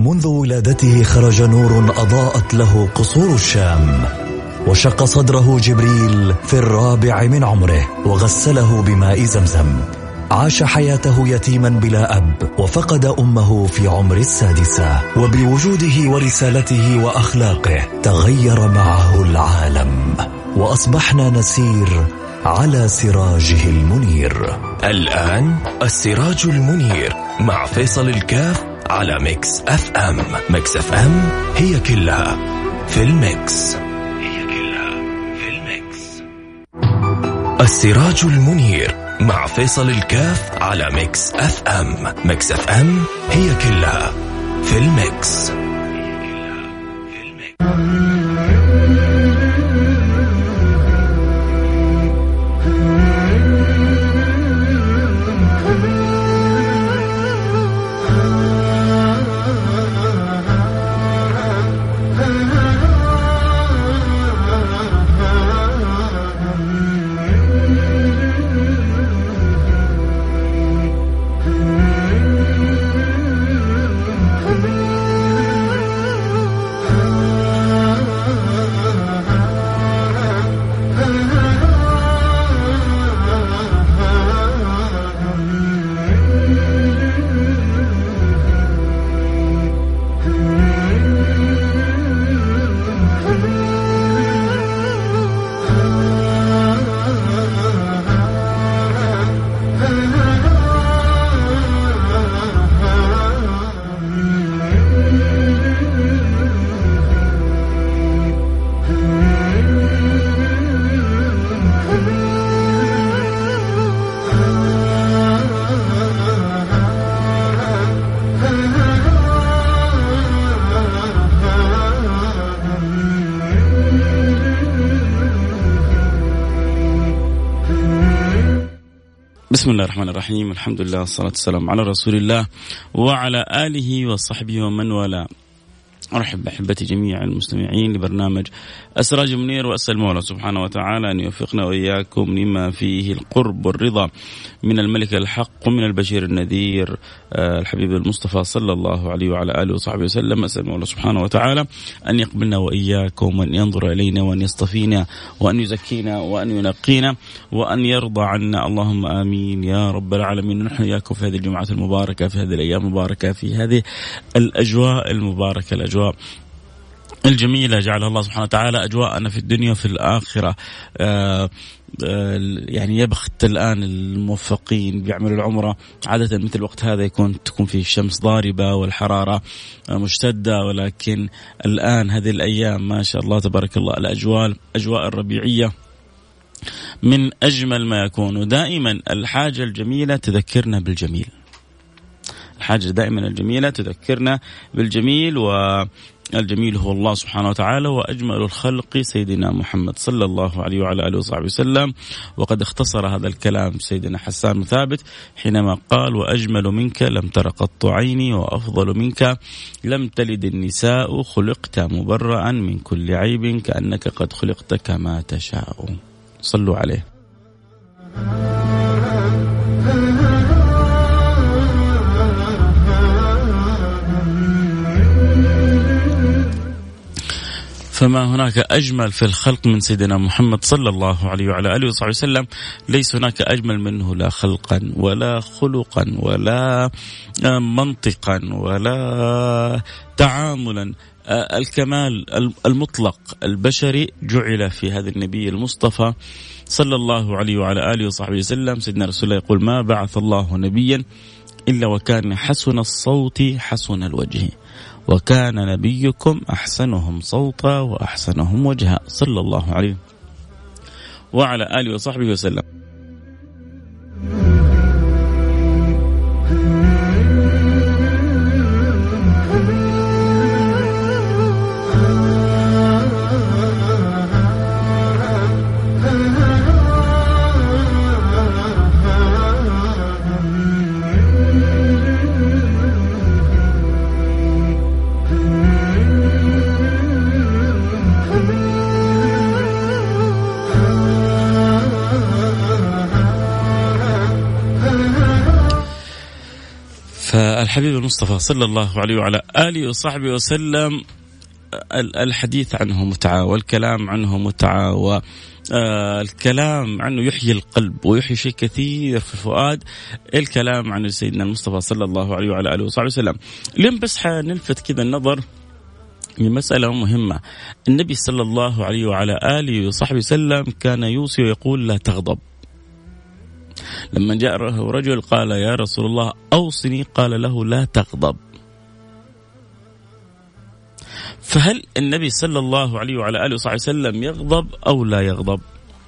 منذ ولادته خرج نور أضاءت له قصور الشام، وشق صدره جبريل في 4 من عمره وغسله بماء زمزم. عاش حياته يتيما بلا أب، وفقد أمه في عمر 6، وبوجوده ورسالته وأخلاقه تغير معه العالم، وأصبحنا نسير على سراجه المنير. الآن السراج المنير مع فيصل الكاف على ميكس اف ام. ميكس اف ام هي كلها في الميكس. السراج المنير مع فيصل الكاف على ميكس اف ام. ميكس اف ام هي كلها في الميكس. بسم الله الرحمن الرحيم. الحمد لله والصلاة والسلام على رسول الله وعلى آله وصحبه ومن والاه. أرحب بأحبتي جميع المستمعين لبرنامج السراج المنير، وأسأل المولى سبحانه وتعالى أن يوفقنا وإياكم لما فيه القرب والرضا من الملك الحق ومن البشير النذير الحبيب المصطفى صلى الله عليه وعلى آله وصحبه وسلم. أسأل المولى سبحانه وتعالى أن يقبلنا وإياكم، وأن ينظر إلينا، وأن يصطفينا، وأن يزكينا، وأن ينقينا، وأن يرضى عنا. اللهم آمين يا رب العالمين. نحن إياكم في هذه الجمعة المباركة، في هذه الأيام المباركة، في هذه الأجواء المباركة، الأجواء الجميلة جعل الله سبحانه وتعالى أجواءنا في الدنيا وفي الآخرة. يعني يبخت الآن الموفقين بيعملوا العمرة، عادة مثل الوقت هذا تكون فيه الشمس ضاربة والحرارة مشتدة، ولكن الآن هذه الأيام ما شاء الله تبارك الله الأجواء الربيعية من أجمل ما يكون. ودائما الحاجة الجميلة تذكرنا بالجميل، الحاجة دائما الجميلة تذكرنا بالجميل، والجميل هو الله سبحانه وتعالى، وأجمل الخلق سيدنا محمد صلى الله عليه وعلى آله وصحبه وسلم. وقد اختصر هذا الكلام سيدنا حسان ثابت حينما قال: وأجمل منك لم تر قط عيني، وأفضل منك لم تلد النساء، خلقت مبرأ من كل عيب، كأنك قد خلقت كما تشاء. صلوا عليه. فما هناك أجمل في الخلق من سيدنا محمد صلى الله عليه وعلى آله وصحبه وسلم. ليس هناك أجمل منه، لا خلقا ولا خلقا ولا منطقا ولا تعاملا. الكمال المطلق البشري جعل في هذا النبي المصطفى صلى الله عليه وعلى آله وصحبه وسلم. سيدنا رسول الله يقول: ما بعث الله نبيا إلا وكان حسن الصوت حسن الوجه، وكان نبيكم أحسنهم صوتا وأحسنهم وجها، صلى الله عليه وعلى آله وصحبه وسلم. الحبيب المصطفى صلى الله عليه وعلى آله وصحبه وسلم الحديث عنه متعة، والكلام عنه متعة، والكلام عنه يحيي القلب ويحيي شيء كثير في الفؤاد. الكلام عن سيدنا المصطفى صلى الله عليه وعلى آله وصحبه وسلم. اليوم بس حنلفت كذا النظر لمسألة مهمة. النبي صلى الله عليه وعلى آله وصحبه وسلم كان يوصي ويقول لا تغضب. لما جاء رجل قال يا رسول الله أوصني، قال له لا تغضب. فهل النبي صلى الله عليه وعلى آله وصحبه وسلم يغضب أو لا يغضب؟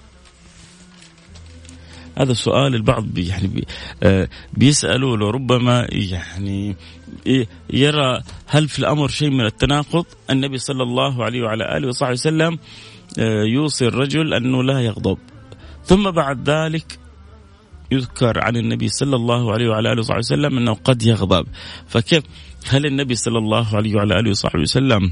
هذا سؤال البعض يعني بيسألوا، لربما يعني يرى هل في الأمر شيء من التناقض. النبي صلى الله عليه وعلى آله وصحبه وسلم يوصي الرجل أنه لا يغضب، ثم بعد ذلك يذكر عن النبي صلى الله عليه وعلى آله وصحبه وسلم أنه قد يغضب. فكيف هل النبي صلى الله عليه وعلى آله وصحبه وسلم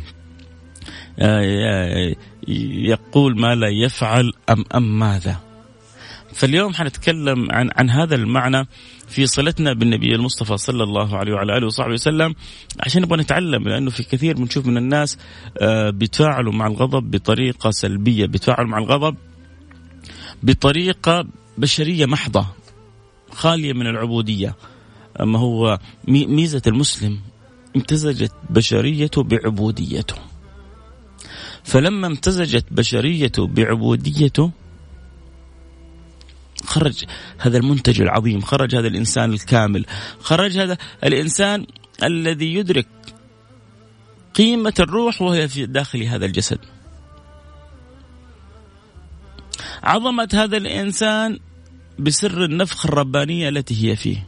يقول ما لا يفعل أم ماذا؟ فاليوم حنتكلم عن هذا المعنى في صلتنا بالنبي المصطفى صلى الله عليه وعلى آله وصحبه وسلم، عشان نبغى نتعلم. لأنه في كثير بنشوف من الناس بيتفاعلوا مع الغضب بطريقة سلبية، بيتفاعلوا مع الغضب بطريقة بشرية محضة خالية من العبودية. أما هو ميزة المسلم امتزجت بشريته بعبوديته، فلما امتزجت بشريته بعبوديته خرج هذا المنتج العظيم، خرج هذا الإنسان الكامل، خرج هذا الإنسان الذي يدرك قيمة الروح وهي في داخل هذا الجسد. عظمة هذا الإنسان بسر النفخ الربانية التي هي فيه.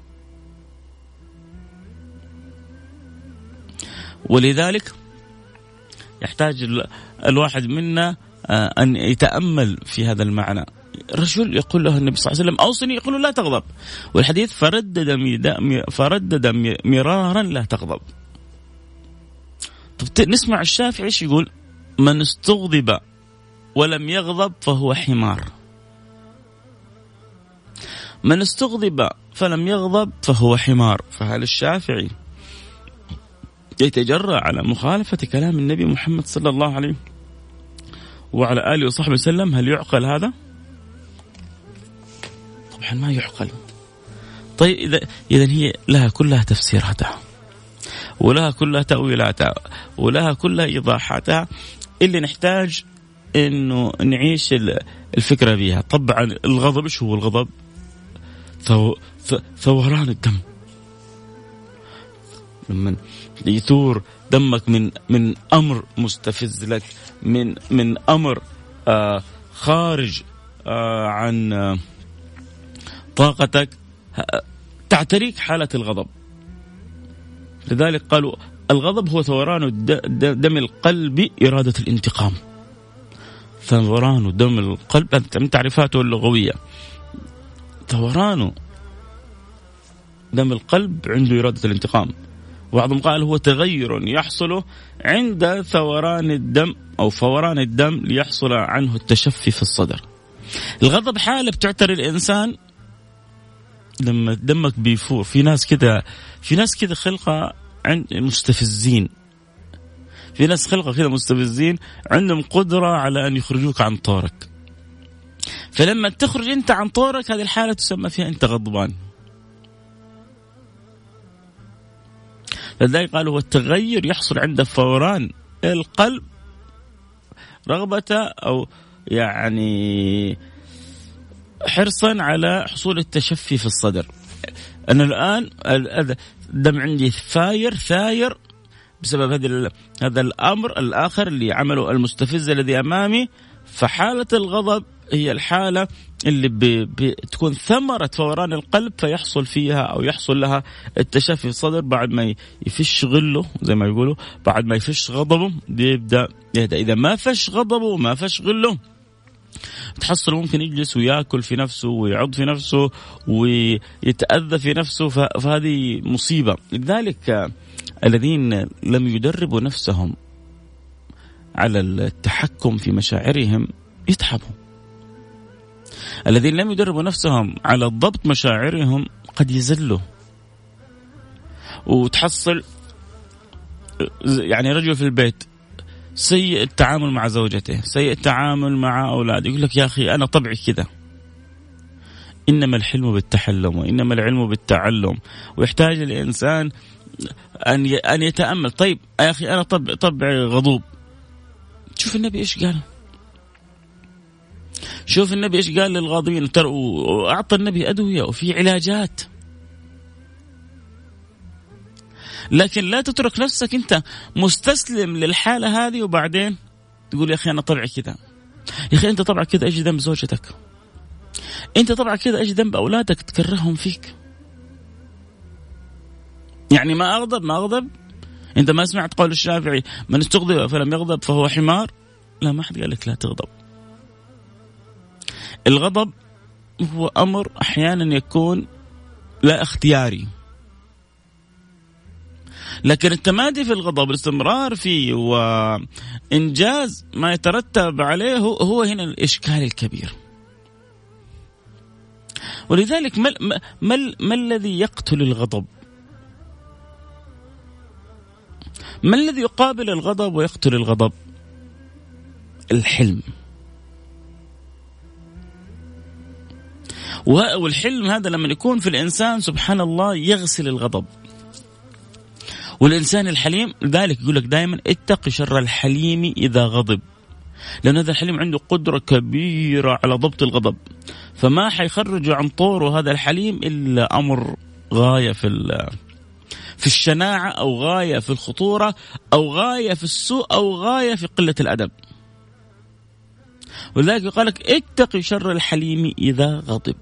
ولذلك يحتاج الواحد منا أن يتأمل في هذا المعنى. رجل يقول له النبي صلى الله عليه وسلم أوصني، يقول له لا تغضب، والحديث فردد مرارا لا تغضب. طب نسمع الشافعي ايش يقول؟ من استغضب ولم يغضب فهو حمار. من استغضب فلم يغضب فهو حمار. فهل الشافعي يتجرأ على مخالفة كلام النبي محمد صلى الله عليه وعلى آله وصحبه وسلم؟ هل يعقل هذا؟ طبعا ما يعقل. طيب إذا هي لها كلها تفسيراتها، ولها كلها تأويلاتها، ولها كلها إيضاحاتها، اللي نحتاج إنه نعيش الفكرة بها. طبعا الغضب، إيش هو الغضب؟ ثوران الدم. لما يثور دمك من أمر مستفز لك، من أمر خارج عن طاقتك، تعتريك حالة الغضب. لذلك قالوا الغضب هو ثوران دم القلب إرادة الانتقام. ثوران دم القلب من تعريفاته اللغوية، ثوران دم القلب عنده إرادة الانتقام. وبعضهم قال هو تغير يحصل عند ثوران الدم أو فوران الدم ليحصل عنه التشفي في الصدر. الغضب حالة بتعتري الإنسان لما دمك بيفور. في ناس كده خلقة عند مستفزين، في ناس خلقة كده مستفزين عندهم قدرة على أن يخرجوك عن طورك. فلما تخرج أنت عن طورك هذه الحالة تسمى فيها أنت غضبان. لذلك قالوا والتغير يحصل عند فوران القلب رغبة أو يعني حرصا على حصول التشفي في الصدر. أنا الآن الدم عندي ثاير بسبب هذا الأمر الآخر اللي عمله المستفز الذي أمامي. فحالة الغضب هي الحالة اللي بتكون ثمرة فوران القلب، فيحصل فيها أو يحصل لها التشفي في الصدر. بعد ما يفش غله زي ما يقولوا، بعد ما يفش غضبه بيبدأ يهدأ. إذا ما فش غضبه وما فش غله تحصل ممكن يجلس ويأكل في نفسه ويعض في نفسه ويتأذى في نفسه، فهذه مصيبة. لذلك الذين لم يدربوا نفسهم على التحكم في مشاعرهم يتعبوا. الذين لم يدربوا نفسهم على ضبط مشاعرهم قد يزلوا. وتحصل يعني رجل في البيت سيء التعامل مع زوجته، سيء التعامل مع أولاده، يقول لك يا أخي أنا طبعي كذا. إنما الحلم بالتحلم وإنما العلم بالتعلم، ويحتاج الإنسان أن يتأمل. طيب يا أخي أنا طبعي غضوب، شوف النبي إيش قال، شوف النبي إيش قال للغاضبين، وأعطى النبي أدوية وفي علاجات. لكن لا تترك نفسك أنت مستسلم للحالة هذه وبعدين تقول يا أخي أنا طبعي كذا. يا أخي أنت طبعك كذا، إيش ذنب زوجتك؟ أنت طبعك كذا، إيش ذنب أولادك تكرههم فيك؟ يعني ما أغضب. أنت ما سمعت قول الشافعي من استغضب فلم يغضب فهو حمار؟ لا، ما حد قال لك لا تغضب. الغضب هو أمر أحيانا يكون لا اختياري، لكن التمادي في الغضب، الاستمرار فيه وإنجاز ما يترتب عليه هو هنا الإشكال الكبير. ولذلك ما الذي يقتل الغضب؟ ما الذي يقابل الغضب ويقتل الغضب؟ الحلم. والحلم هذا لما يكون في الإنسان سبحان الله يغسل الغضب. والإنسان الحليم ذلك يقول لك دائما اتق شر الحليم إذا غضب، لأن هذا الحليم عنده قدرة كبيرة على ضبط الغضب، فما حيخرج عن طوره هذا الحليم إلا أمر غاية في الشناعة، أو غاية في الخطورة، أو غاية في السوء، أو غاية في قلة الأدب. ولذلك يقول لك اتق شر الحليم إذا غضب.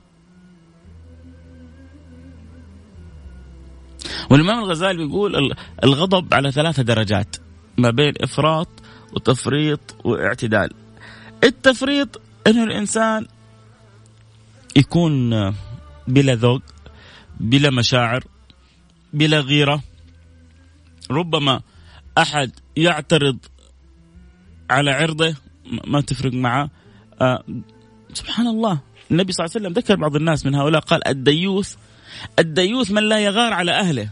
والإمام الغزالي بيقول الغضب على 3 درجات، ما بين إفراط وتفريط واعتدال. التفريط إنه الإنسان يكون بلا ذوق، بلا مشاعر، بلا غيرة. ربما أحد يعترض على عرضه ما تفرق معه. سبحان الله، النبي صلى الله عليه وسلم ذكر بعض الناس من هؤلاء، قال الديوث من لا يغار على أهله.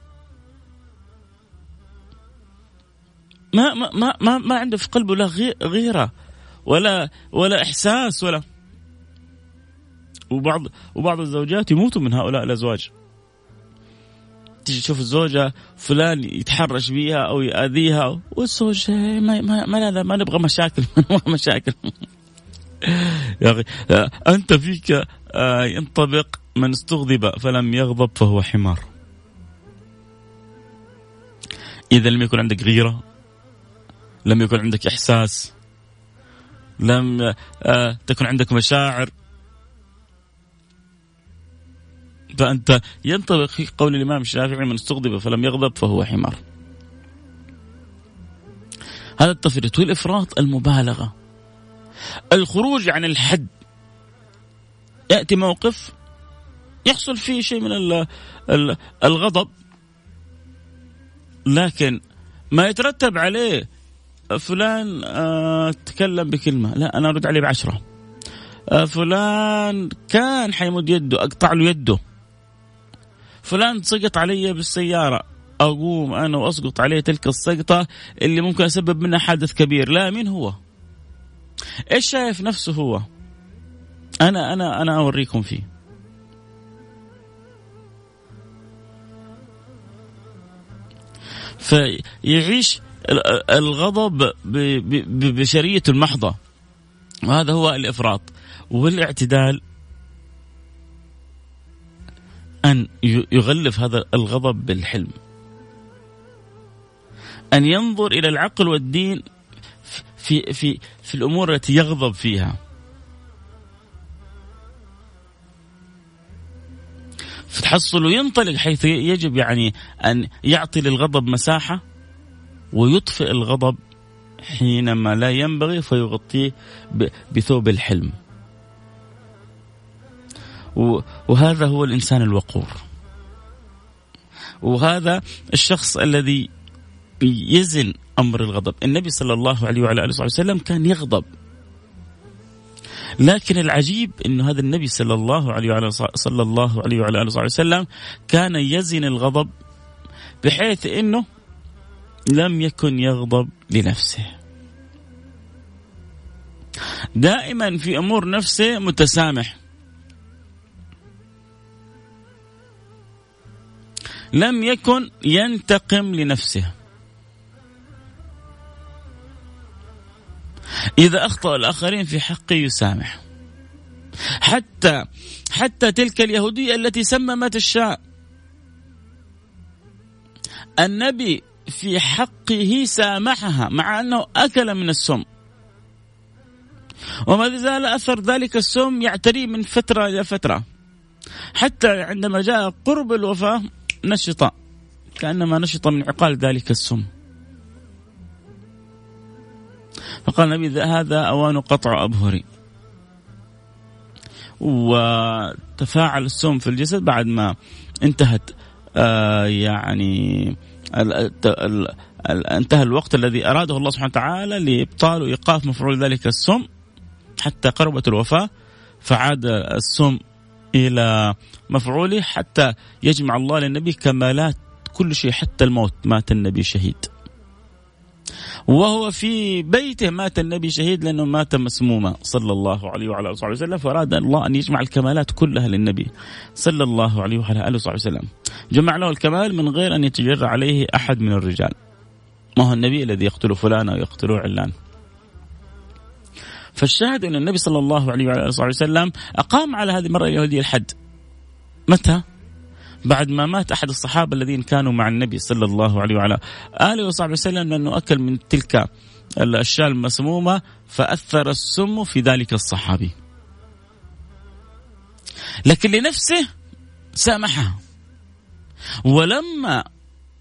ما عنده في قلبه لا غيرة ولا إحساس ولا. وبعض الزوجات يموتوا من هؤلاء الأزواج. تيجي تشوف الزوجة فلان يتحرش بيها أو يأذيها، والزوج ما نبغى مشاكل. مشاكل يا أخي أنت فيك ينطبق من استغضب فلم يغضب فهو حمار. إذا لم يكن عندك غيرة، لم يكن عندك إحساس، لم تكن عندك مشاعر، فأنت ينطبق في قول الإمام الشافعي من استغضب فلم يغضب فهو حمار. هذا التفريط والإفراط، المبالغة، الخروج عن الحد. يأتي موقف يحصل فيه شيء من الغضب، لكن ما يترتب عليه فلان تكلم بكلمة، لا أنا أرد عليه ب10. فلان كان حيمد يده أقطع له يده. فلان سقط علي بالسيارة، أقوم أنا وأسقط عليه تلك السقطة اللي ممكن أسبب منها حادث كبير. لا، مين هو؟ إيش شايف نفسه هو؟ أنا أوريكم فيه. فيعيش الغضب ببشرية المحضة، وهذا هو الإفراط. والاعتدال أن يغلف هذا الغضب بالحلم، أن ينظر إلى العقل والدين في الأمور التي يغضب فيها. فتحصل وينطلق حيث يجب يعني أن يعطي للغضب مساحة، ويطفئ الغضب حينما لا ينبغي فيغطيه بثوب الحلم. وهذا هو الإنسان الوقور، وهذا الشخص الذي يزن أمر الغضب. النبي صلى الله عليه وعلى آله وسلم كان يغضب، لكن العجيب إنه هذا النبي صلى الله عليه وعلى آله وسلم كان يزن الغضب بحيث أنه لم يكن يغضب لنفسه، دائما في أمور نفسه متسامح، لم يكن ينتقم لنفسه. إذا أخطأ الآخرين في حقه يسامح، حتى تلك اليهودية التي سممت الشاة، النبي في حقه سامحها مع أنه أكل من السم، وما زال أثر ذلك السم يعتري من فترة إلى فترة، حتى عندما جاء قرب الوفاة نشط، كأنما نشط من عقال ذلك السم. فقال النبي هذا أوان قطع أبهري، وتفاعل السم في الجسد بعد ما انتهت انتهى الوقت الذي أراده الله سبحانه وتعالى لإبطال وإيقاف مفعول ذلك السم حتى قربت الوفاة، فعاد السم إلى مفعوله حتى يجمع الله للنبي كمالات كل شيء، حتى الموت مات النبي شهيد، وهو في بيته مات النبي شهيد لأنه مات مسموما صلى الله عليه وعلى آله وسلم. فأراد الله أن يجمع الكمالات كلها للنبي صلى الله عليه وعلى آله وسلم، جمع له الكمال من غير أن يتجرى عليه أحد من الرجال. ما هو النبي الذي يقتل فلان أو يقتل علان. فالشاهد أن النبي صلى الله عليه وعلى آله وسلم أقام على هذه المرأة اليهودية الحد. متى؟ بعد ما مات أحد الصحابة الذين كانوا مع النبي صلى الله عليه وعلى آله وصحبه وسلم، لأنه أكل من تلك الأشياء المسمومة فأثر السم في ذلك الصحابي، لكن لنفسه سامحها. ولما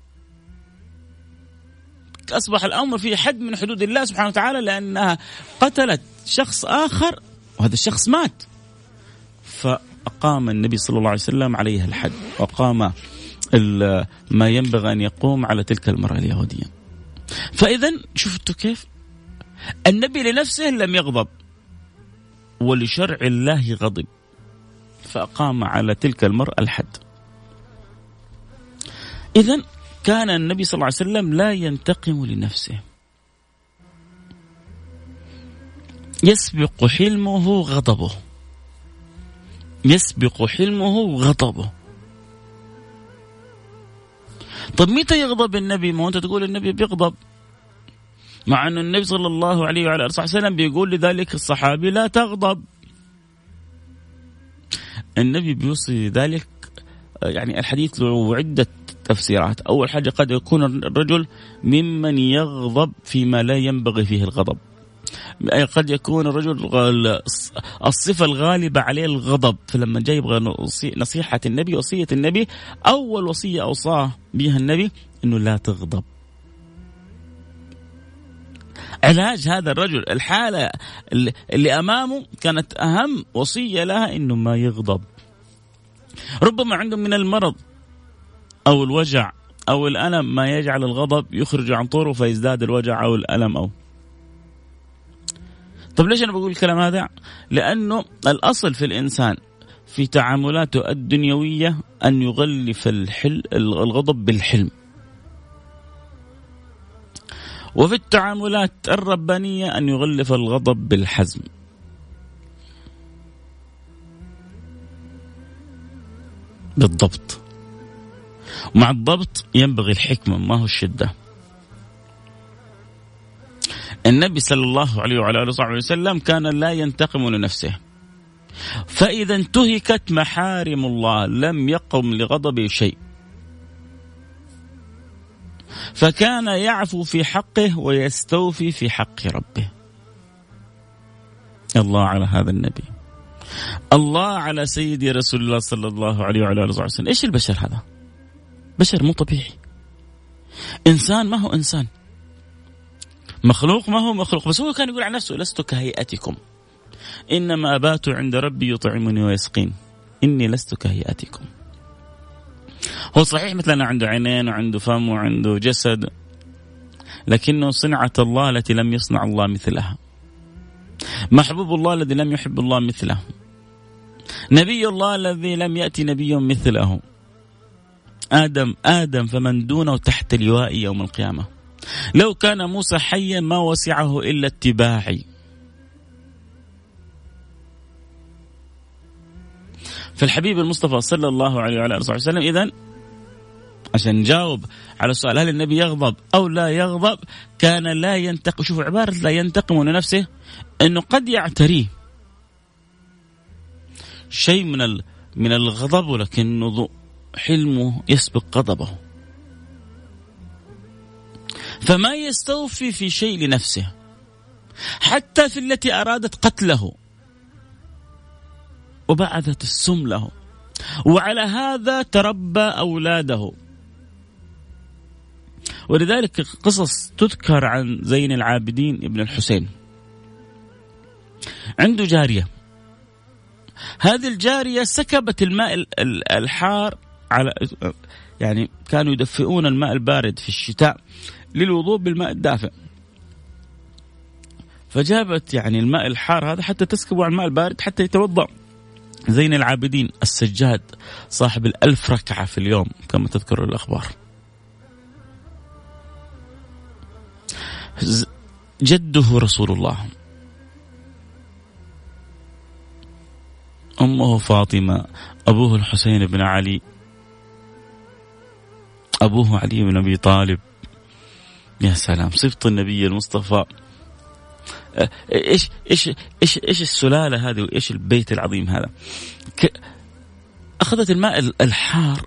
أصبح الأمر في حد من حدود الله سبحانه وتعالى لأنها قتلت شخص آخر وهذا الشخص مات، فأقام النبي صلى الله عليه وسلم عليها الحد، وقام ما ينبغي أن يقوم على تلك المرأة اليهودية. فإذا شفتوا كيف النبي لنفسه لم يغضب ولشرع الله غضب، فأقام على تلك المرأة الحد. إذن كان النبي صلى الله عليه وسلم لا ينتقم لنفسه، يسبق حلمه غضبه، يسبق حلمه غضبه. طب متى يغضب النبي؟ ما أنت تقول النبي بيغضب، مع أن النبي صلى الله عليه وعلى آله وسلم بيقول لذلك الصحابي لا تغضب. النبي بيوصي ذلك، يعني الحديث له عدة تفسيرات. أول حاجة قد يكون الرجل ممن يغضب فيما لا ينبغي فيه الغضب، قد يكون الرجل الصفة الغالبة عليه الغضب، فلما جاء يبغى نصيحة النبي وصية النبي أول وصية أوصاه بها النبي إنه لا تغضب. علاج هذا الرجل الحالة اللي أمامه كانت أهم وصية لها إنه ما يغضب. ربما عنده من المرض أو الوجع أو الألم ما يجعل الغضب يخرج عن طوره فيزداد الوجع أو الألم أو. طب ليش أنا بقول الكلام هذا؟ لأنه الأصل في الإنسان في تعاملاته الدنيوية أن يغلف الغضب بالحلم، وفي التعاملات الربانية أن يغلف الغضب بالحزم. بالضبط، ومع الضبط ينبغي الحكمة ما هو الشدة. النبي صلى الله عليه وعلى آله وسلم كان لا ينتقم لنفسه، فإذا انتهكت محارم الله لم يقم لغضب شيء، فكان يعفو في حقه ويستوفي في حق ربه. الله على هذا النبي، الله على سيدي رسول الله صلى الله عليه وعلى آله وسلم. إيش البشر هذا؟ بشر مو طبيعي، إنسان ما هو إنسان، مخلوق ما هو مخلوق. بس هو كان يقول عن نفسه لست كهيئتكم إنما أبات عند ربي يطعمني ويسقين إني لست كهيئتكم. هو صحيح مثلنا عنده عينين وعنده فم وعنده جسد، لكنه صنعة الله التي لم يصنع الله مثلها، محبوب الله الذي لم يحب الله مثله، نبي الله الذي لم يأتي نبي مثله، آدم فمن دونه تحت لوائي يوم القيامة. لو كان موسى حيا ما وسعه إلا اتباعي. فالحبيب المصطفى صلى الله عليه وعلى آله وسلم إذن عشان نجاوب على السؤال هل النبي يغضب أو لا يغضب، كان لا ينتقم. شوفوا عبارة لا ينتقم لنفسه، أنه قد يعتريه شيء من الغضب، ولكنه حلمه يسبق غضبه، فما يستوفي في شيء لنفسه حتى في التي أرادت قتله وبعثت السم له، وعلى هذا تربى أولاده. ولذلك قصص تذكر عن زين العابدين ابن الحسين. عنده جارية، هذه الجارية سكبت الماء الحار على، يعني كانوا يدفئون الماء البارد في الشتاء للوضوء بالماء الدافئ، فجابت يعني الماء الحار هذا حتى تسكبه على الماء البارد حتى يتوضأ زين العابدين السجاد صاحب 1000 ركعة في اليوم كما تذكر الأخبار. جده رسول الله، أمه فاطمة، أبوه الحسين بن علي، أبوه علي بن أبي طالب. يا سلام، صفة النبي المصطفى. إيش السلالة هذه وإيش البيت العظيم هذا. أخذت الماء الحار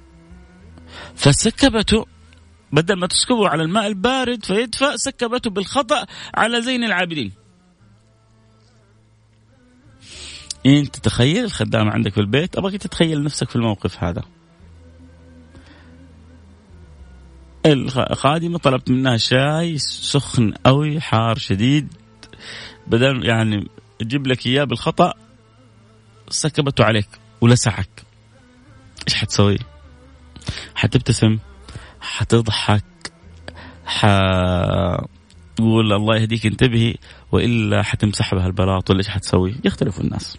فسكبته، بدل ما تسكبه على الماء البارد فيدفأ، سكبته بالخطأ على زين العابدين. انت تتخيل الخدامة عندك في البيت، أبغاك تتخيل نفسك في الموقف هذا. الخادمة طلبت منها شاي سخن أوي حار شديد، بدل يعني تجيب لك إياه بالخطأ سكبته عليك ولسعك، إيش حتسوي؟ حتبتسم، حتضحك، حتقول الله يهديك انتبهي، وإلا حتمسح بها البلاط، ولا إيش حتسوي؟ يختلف الناس.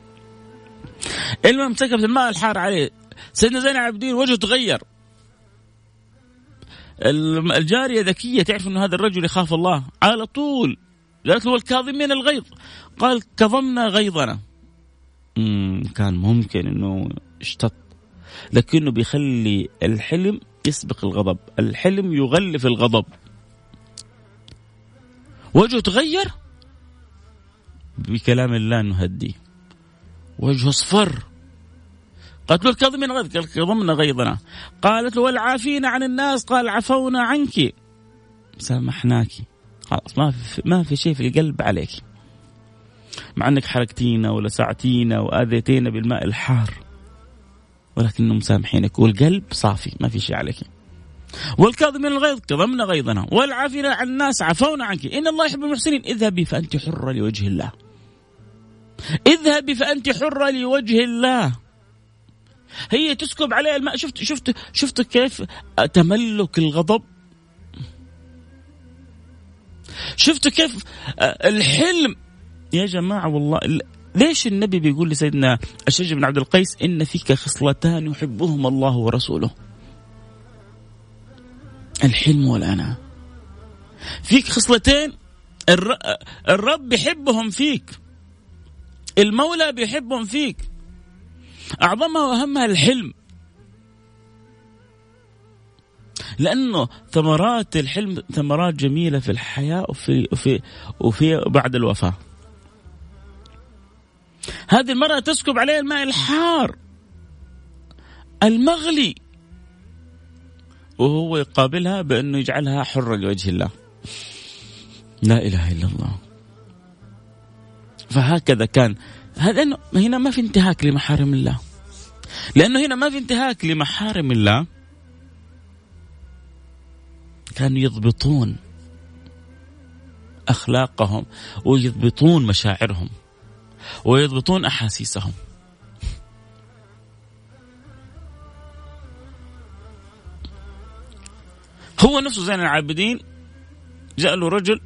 المهم سكبت الماء الحار عليه، سيدنا زين العابدين وجهه تغير. الجارية ذكية تعرف أن هذا الرجل يخاف الله، على طول قالت له والكاظمين الغيظ، قال كظمنا غيظنا. كان ممكن أنه اشتط، لكنه بيخلي الحلم يسبق الغضب، الحلم يغلف الغضب. وجهه تغير بكلام الله نهديه، وجهه اصفر. قالت له الكاظمين الغيظ، قال كظمنا غيظنا. قالت له والعافين عن الناس، قال عفونا عنك، سامحناك، خلاص ما في شيء في القلب عليك، مع انك حركتينا ولسعتينا واذيتينا بالماء الحار، ولكنه مسامحينك والقلب صافي ما في شيء عليك. والكاظمين الغيظ كظمنا غيظنا، والعافين عن الناس عفونا عنك، ان الله يحب المحسنين، اذهبي فانت حرة لوجه الله، اذهبي فانت حرة لوجه الله. هي تسكب عليها الماء. شفت كيف تملك الغضب، شفت كيف الحلم. يا جماعة والله ليش النبي بيقول لسيدنا الشج بن عبد القيس إن فيك خصلتان يحبهما الله ورسوله، الحلم والأناة. فيك خصلتين الرب بيحبهم فيك، المولى بيحبهم فيك، أعظمها وأهمها الحلم، لأنه ثمرات الحلم ثمرات جميلة في الحياة وفي بعد الوفاة. هذه المرأة تسكب عليها الماء الحار المغلي، وهو يقابلها بأنه يجعلها حرة لوجه الله. لا إله إلا الله. فهكذا كان هذا. هنا ما في انتهاك لمحارم الله، لأنه هنا ما في انتهاك لمحارم الله. كانوا يضبطون أخلاقهم ويضبطون مشاعرهم ويضبطون أحاسيسهم. هو نفسه زين العابدين جاء له رجل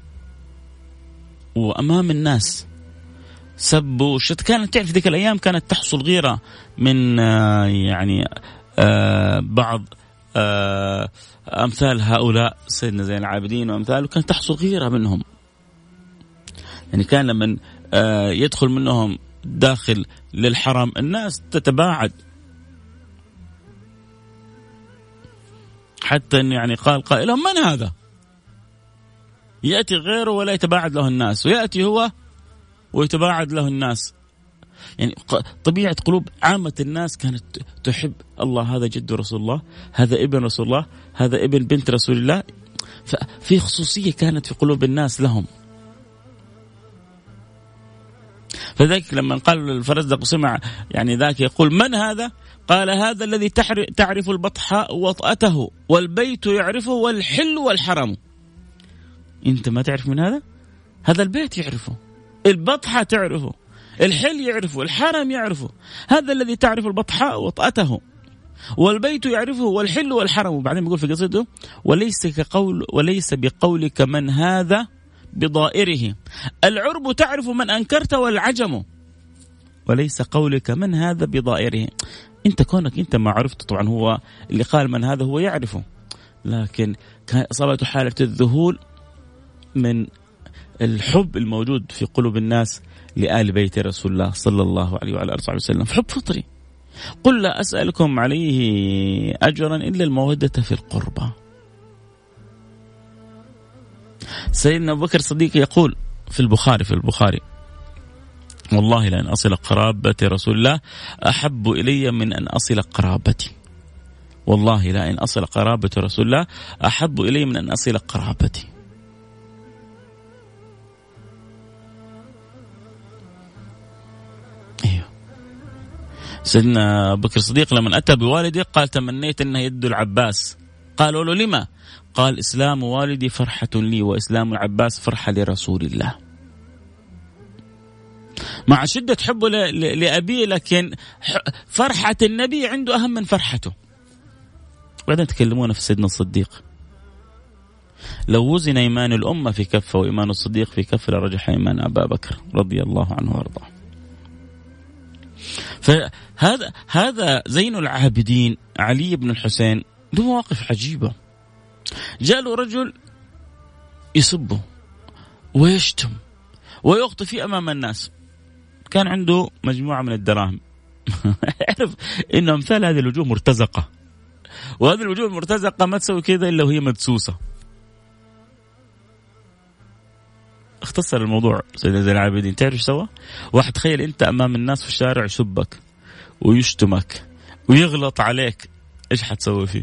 وأمام الناس سبوا كانت تعرف ذيك الأيام كانت تحصل غيرة من يعني بعض أمثال هؤلاء سيدنا زين العابدين وأمثاله كانت تحصل غيرة منهم. يعني كان لما يدخل منهم داخل للحرم الناس تتباعد، حتى إن يعني قال قائلهم من هذا؟ يأتي غيره ولا يتباعد له الناس، ويأتي هو ويتباعد له الناس. يعني طبيعة قلوب عامة الناس كانت تحب الله، هذا جد رسول الله، هذا ابن رسول الله، هذا ابن بنت رسول الله. ففي خصوصية كانت في قلوب الناس لهم. فذلك لما قال الفرزدق سمع يعني ذاك يقول من هذا؟ قال هذا الذي تعرف البطحاء وطأته والبيت يعرفه والحل والحرم. انت ما تعرف من هذا؟ هذا البيت يعرفه، البطحاء تعرفه، الحل يعرفه، الحرم يعرفه. هذا الذي تعرف البطحاء وطأته والبيت يعرفه والحل والحرم. وبعدين بيقول في قصيدته وليس بقولك من هذا بضائره، العرب تعرف من أنكرت والعجم، وليس قولك من هذا بضائره. انت كونك انت ما عرفت، طبعا هو اللي قال من هذا هو يعرفه، لكن كان أصابته حالة الذهول من الحب الموجود في قلوب الناس لآل بيت رسول الله صلى الله عليه وعلى آله وسلم، حب فطري. قل لا أسألكم عليه أجرا إلا المودة في القربى. سيدنا أبو بكر الصديق يقول في البخاري والله لأن أصل قرابة رسول الله أحب إلي من أن أصل قرابتي. والله لأن أصل قرابة رسول الله أحب إلي من أن أصل قرابتي. سيدنا بكر الصديق لما أتى بوالدي قال تمنيت أنه يد العباس. قالوا له لما؟ قال إسلام والدي فرحة لي وإسلام العباس فرحة لرسول الله. مع شدة حبه لأبيه، لكن فرحة النبي عنده أهم من فرحته. بعدين تكلمون في سيدنا الصديق، لو وزن إيمان الأمة في كفة وإيمان الصديق في كفة لرجح إيمان أبا بكر رضي الله عنه وارضاه. فهذا زين العابدين علي بن الحسين له مواقف عجيبة. جاء له رجل يسبه ويشتم ويخطئ فيه أمام الناس، كان عنده مجموعة من الدراهم عرف إن أمثال هذه الوجوه مرتزقة، وهذه الوجوه المرتزقة ما تسوي كذا إلا وهي مدسوسة. اختصر الموضوع سيدنا زين العابدين، تعرف ايش سوى؟ واحد تخيل انت امام الناس في الشارع يسبك ويشتمك ويغلط عليك، ايش حتسوي فيه؟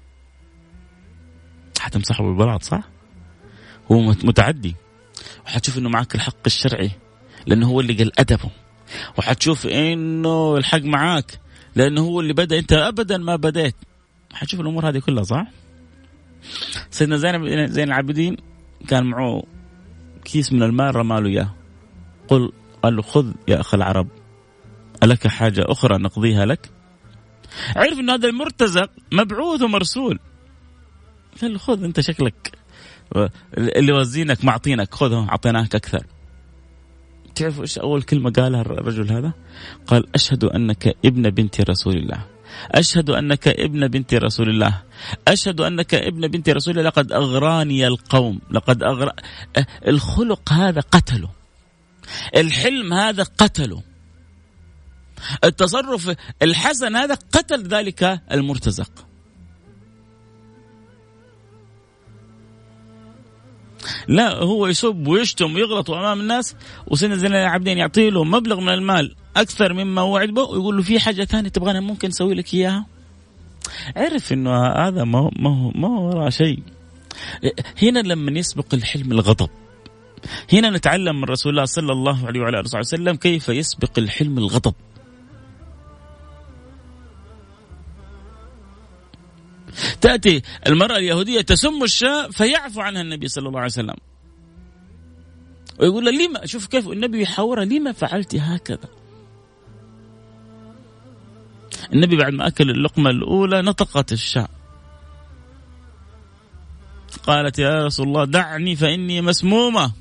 حتمسحه بالبلاط صح؟ هو متعدي، وحتشوف انه معك الحق الشرعي لانه هو اللي قال ادبه، وحتشوف انه الحق معاك لانه هو اللي بدأ، انت ابدا ما بدأت. حتشوف الامور هذه كلها صح؟ سيدنا زين العابدين كان معه كيس من المال، رماله إياه، قال له خذ يا أخ العرب، ألك حاجة أخرى نقضيها لك؟ عرف أن هذا المرتزق مبعوث ومرسول، قال له خذ أنت شكلك اللي وزينك معطينك، خذه أعطيناك أكثر. تعرف إيش أول كلمة قالها الرجل هذا؟ قال أشهد أنك ابن بنت رسول الله، أشهد أنك ابن بنت رسول الله، أشهد أنك ابن بنت رسول الله، لقد أغراني القوم، لقد الخلق هذا قتله، الحلم هذا قتله، التصرف الحسن هذا قتل ذلك المرتزق. لا هو يسب ويشتم ويغلط أمام الناس، وسيدنا زين العابدين يعطي له مبلغ من المال أكثر مما وعد به، ويقول له في حاجة ثانية تبغانا ممكن نسوي لك إياها. عرف إنه هذا ما وراء شيء. هنا لما يسبق الحلم الغضب، هنا نتعلم من رسول الله صلى الله عليه وعلى آله وسلم كيف يسبق الحلم الغضب. تأتي المرأة اليهودية تسم الشاة فيعفو عنها النبي صلى الله عليه وسلم، ويقول له لما، شوف كيف النبي يحاورها، لما فعلت هكذا؟ النبي بعد ما أكل اللقمة الأولى نطقت الشاة، قالت يا رسول الله دعني فإني مسمومة.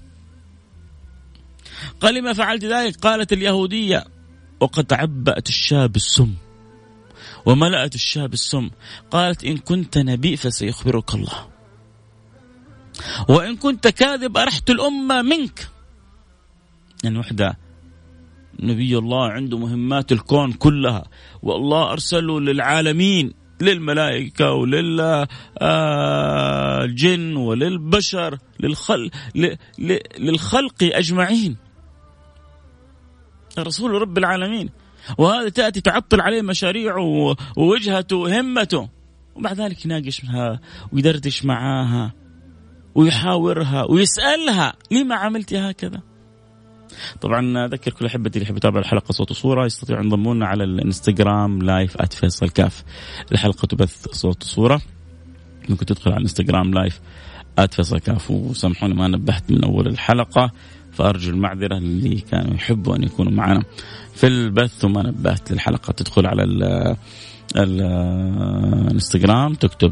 قال لما فعلت ذلك؟ قالت اليهودية وقد عبأت الشاة بالسم وملأت الشاه بالسم. قالت إن كنت نبي فسيخبرك الله، وإن كنت كاذب أرحت الأمة منك. يعني وحدة نبي الله عنده مهمات الكون كلها، والله أرسله للعالمين، للملائكة وللجن وللبشر، للخلق أجمعين، رسول رب العالمين، وهذا تأتي تعطل عليه مشاريعه ووجهته وهمته، وبعد ذلك يناقشها ويدردش معاها ويحاورها ويسألها لما عملت هكذا. طبعا أذكر كل أحبتي اللي يحب يتابع الحلقة صوت وصورة يستطيع ينضمون على الانستغرام لايف @فيصل كاف. الحلقة تبث صوت وصورة، ممكن تدخل على الانستغرام لايف @فيصل كاف. وسامحوني ما نبهت من أول الحلقة، فأرجو المعذرة اللي كانوا يحبوا أن يكونوا معنا في البث وما نبهت للحلقة. تدخل على الانستغرام تكتب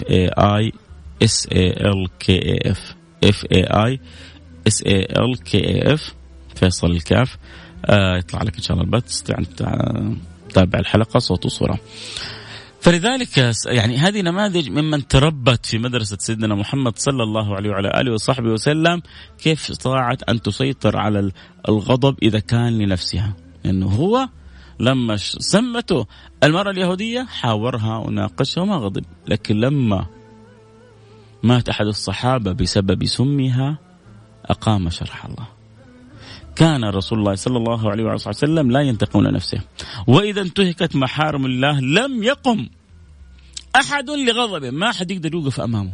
FAISALKAF فيصل الكاف، يطلع لك إن شاء الله البث، تستطيع أن تتابع الحلقة صوت وصورة. فلذلك يعني هذه نماذج ممن تربت في مدرسة سيدنا محمد صلى الله عليه وعلى آله وصحبه وسلم، كيف استطاعت أن تسيطر على الغضب إذا كان لنفسها. إنه هو لما سمته المرأة اليهودية حاورها وناقشها وما غضب، لكن لما مات أحد الصحابة بسبب سمها أقام شرح الله. كان رسول الله صلى الله عليه وسلم لا ينتقم نفسه، وإذا انتهكت محارم الله لم يقم أحد لغضبه، ما أحد يقدر يوقف أمامه،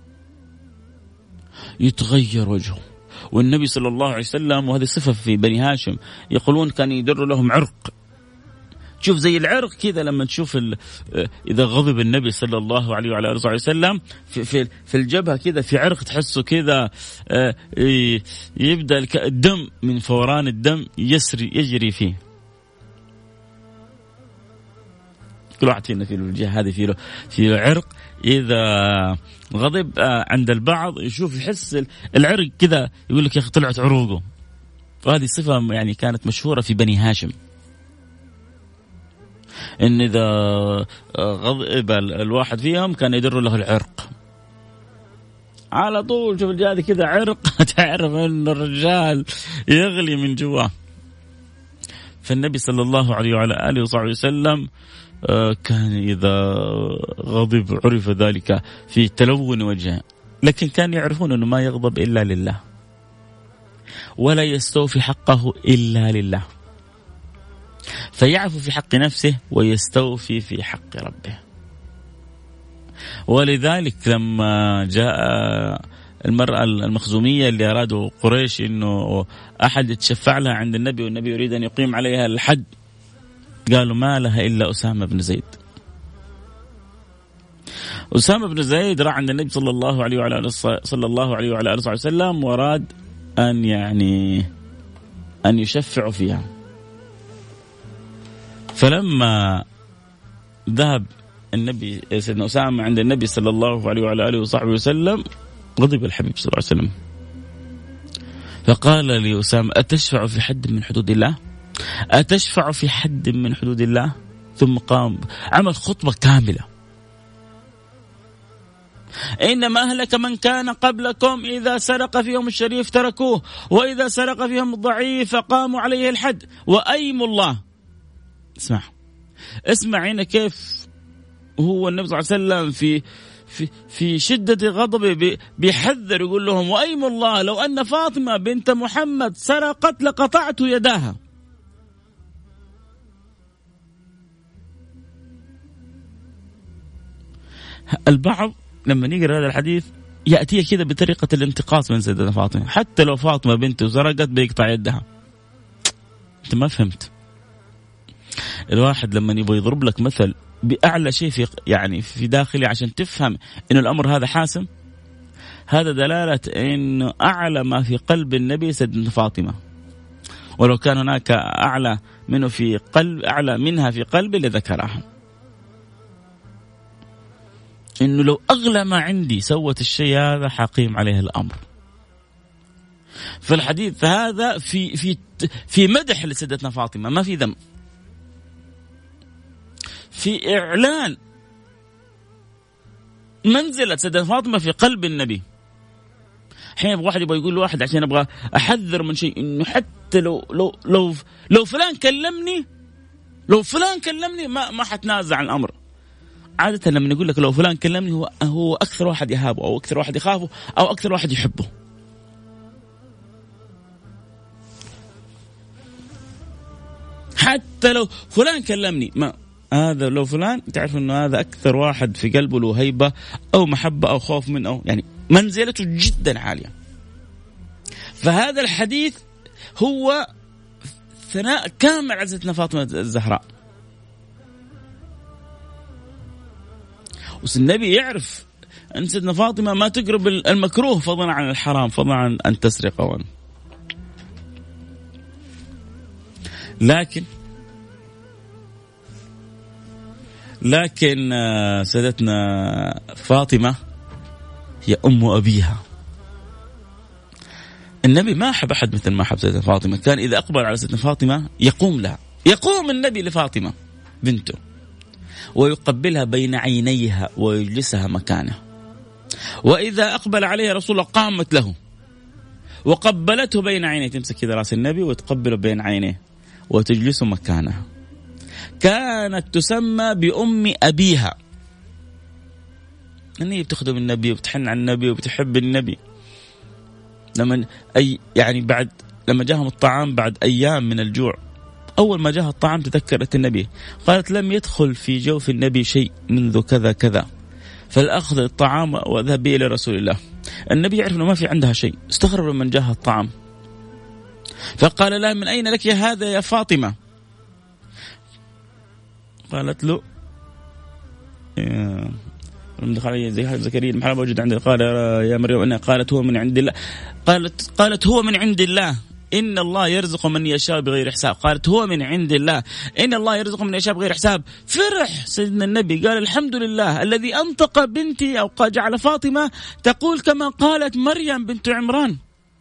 يتغير وجهه. والنبي صلى الله عليه وسلم، وهذه صفة في بني هاشم، يقولون كان يدر لهم عرق، تشوف زي العرق كذا لما تشوف إذا غضب النبي صلى الله عليه وعلى آله وسلم في الجبهة كذا في عرق تحسه كذا، يبدأ الدم من فوران الدم يجري فيه. كل واحد فينا في الجهة هذه في له عرق، إذا غضب عند البعض يحس العرق كذا، يقول لك يا أخي طلعت عروقه. وهذه صفة يعني كانت مشهورة في بني هاشم، إن إذا غضب الواحد فيهم كان يدر له العرق على طول. شوف الجهاد كذا عرق تعرف أن الرجال يغلي من جواه. فالنبي صلى الله عليه وعلى آله وصحبه وسلم كان إذا غضب عرف ذلك في تلون وجهه، لكن كان يعرفون أنه ما يغضب إلا لله، ولا يستوفي حقه إلا لله، فيعفو في حق نفسه ويستوفي في حق ربه. ولذلك لما جاء المرأة المخزومية اللي أرادوا قريش إنه أحد يتشفع لها عند النبي والنبي يريد أن يقيم عليها الحد، قالوا ما لها إلا أسامة بن زيد. أسامة بن زيد راح عند النبي صلى الله عليه وعلى آله وسلم وأراد أن يشفع فيها. فلما ذهب النبي سيدنا أسامة عند النبي صلى الله عليه وعلى آله وصحبه وسلم، غضب الحبيب صلى الله عليه وسلم، فقال لأسامة أتشفع في حد من حدود الله؟ أتشفع في حد من حدود الله؟ ثم قام عمل خطبة كاملة، إنما أهلك من كان قبلكم إذا سرق فيهم الشريف تركوه، وإذا سرق فيهم الضعيف قاموا عليه الحد، وأيم الله. اسمع هنا كيف هو النبي صلى الله عليه وسلم في شدة غضبه بيحذر، يقول لهم وأيم الله لو أن فاطمة بنت محمد سرقت لقطعت يداها. البعض لما يقرأ هذا الحديث يأتي كده بطريقة الانتقاص من سيدنا فاطمة، حتى لو فاطمة بنته سرقت بيقطع يدها. أنت ما فهمت. الواحد لما يبغى يضرب لك مثل بأعلى شيء في داخلي عشان تفهم إنه الأمر هذا حاسم، هذا دلالة إنه أعلى ما في قلب النبي سيدنا فاطمة، ولو كان هناك أعلى منها في قلبي لذكرها. إنه لو أغلى ما عندي سوت الشيء هذا حقيم عليه الأمر. فالحديث هذا في مدح لسيدتنا فاطمة، ما في ذم. في إعلان منزلة سيدة فاطمة في قلب النبي. حين واحد يبغى يقول لواحد عشان أبغى أحذر من شيء، إنه حتى لو فلان كلمني ما حتنازع عن الأمر. عادة لما يقول لك لو فلان كلمني هو أكثر واحد يهابه أو أكثر واحد يخافه أو أكثر واحد يحبه. حتى لو فلان كلمني، ما هذا لو فلان تعرف إنه هذا أكثر واحد في قلبه له هيبة أو محبة أو خوف منه، أو يعني منزلته جدا عالية. فهذا الحديث هو ثناء كامل على سيدنا فاطمة الزهراء. والنبي يعرف أن سيدنا فاطمة ما تقرب المكروه فضلا عن الحرام، فضلا عن أن تسرق. لكن سيدتنا فاطمة هي أم أبيها. النبي ما أحب أحد مثل ما أحب سيدتنا فاطمة. كان إذا أقبل على سيدتنا فاطمة يقوم النبي لفاطمة بنته ويقبلها بين عينيها ويجلسها مكانه. وإذا أقبل عليها رسول الله قامت له وقبلته بين عينيه، تمسك كذا رأس النبي وتقبله بين عينيه وتجلسه مكانها. كانت تسمى بأم أبيها. أني بتخدم النبي وبتحن عن النبي وبتحب النبي. بعد لما جاهم الطعام بعد أيام من الجوع، أول ما جاء الطعام تذكرت النبي، قالت لم يدخل في جوف النبي شيء منذ كذا كذا، فالأخذ الطعام وذهب به إلى رسول الله. النبي يعرف أنه ما في عندها شيء، استغرب من جاء الطعام، فقال لها من أين لك هذا يا فاطمة؟ قالت له لما دخل علي زكريا المحراب وجد عندي، قال يا مريم أنا، قالت هو من عند الله، قالت هو من عند الله إن الله يرزق من يشاء بغير حساب. قالت هو من عند الله إن الله يرزق من يشاء بغير حساب. فرح سيدنا النبي قال الحمد لله الذي أنطق بنتي أو جعل فاطمة تقول كما قالت مريم بنت عمران،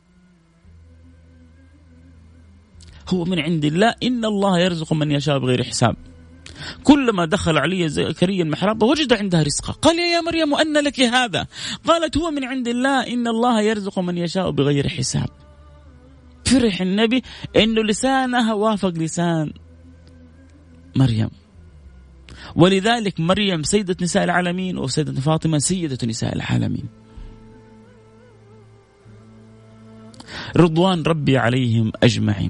هو من عند الله إن الله يرزق من يشاء بغير حساب. كلما دخل علي زكريا المحراب وجد عندها رزقا، قال يا مريم أن لك هذا؟ قالت هو من عند الله إن الله يرزق من يشاء بغير حساب. فرح النبي إنه لسانها وافق لسان مريم، ولذلك مريم سيدة نساء العالمين وسيدة فاطمة سيدة نساء العالمين رضوان ربي عليهم أجمعين.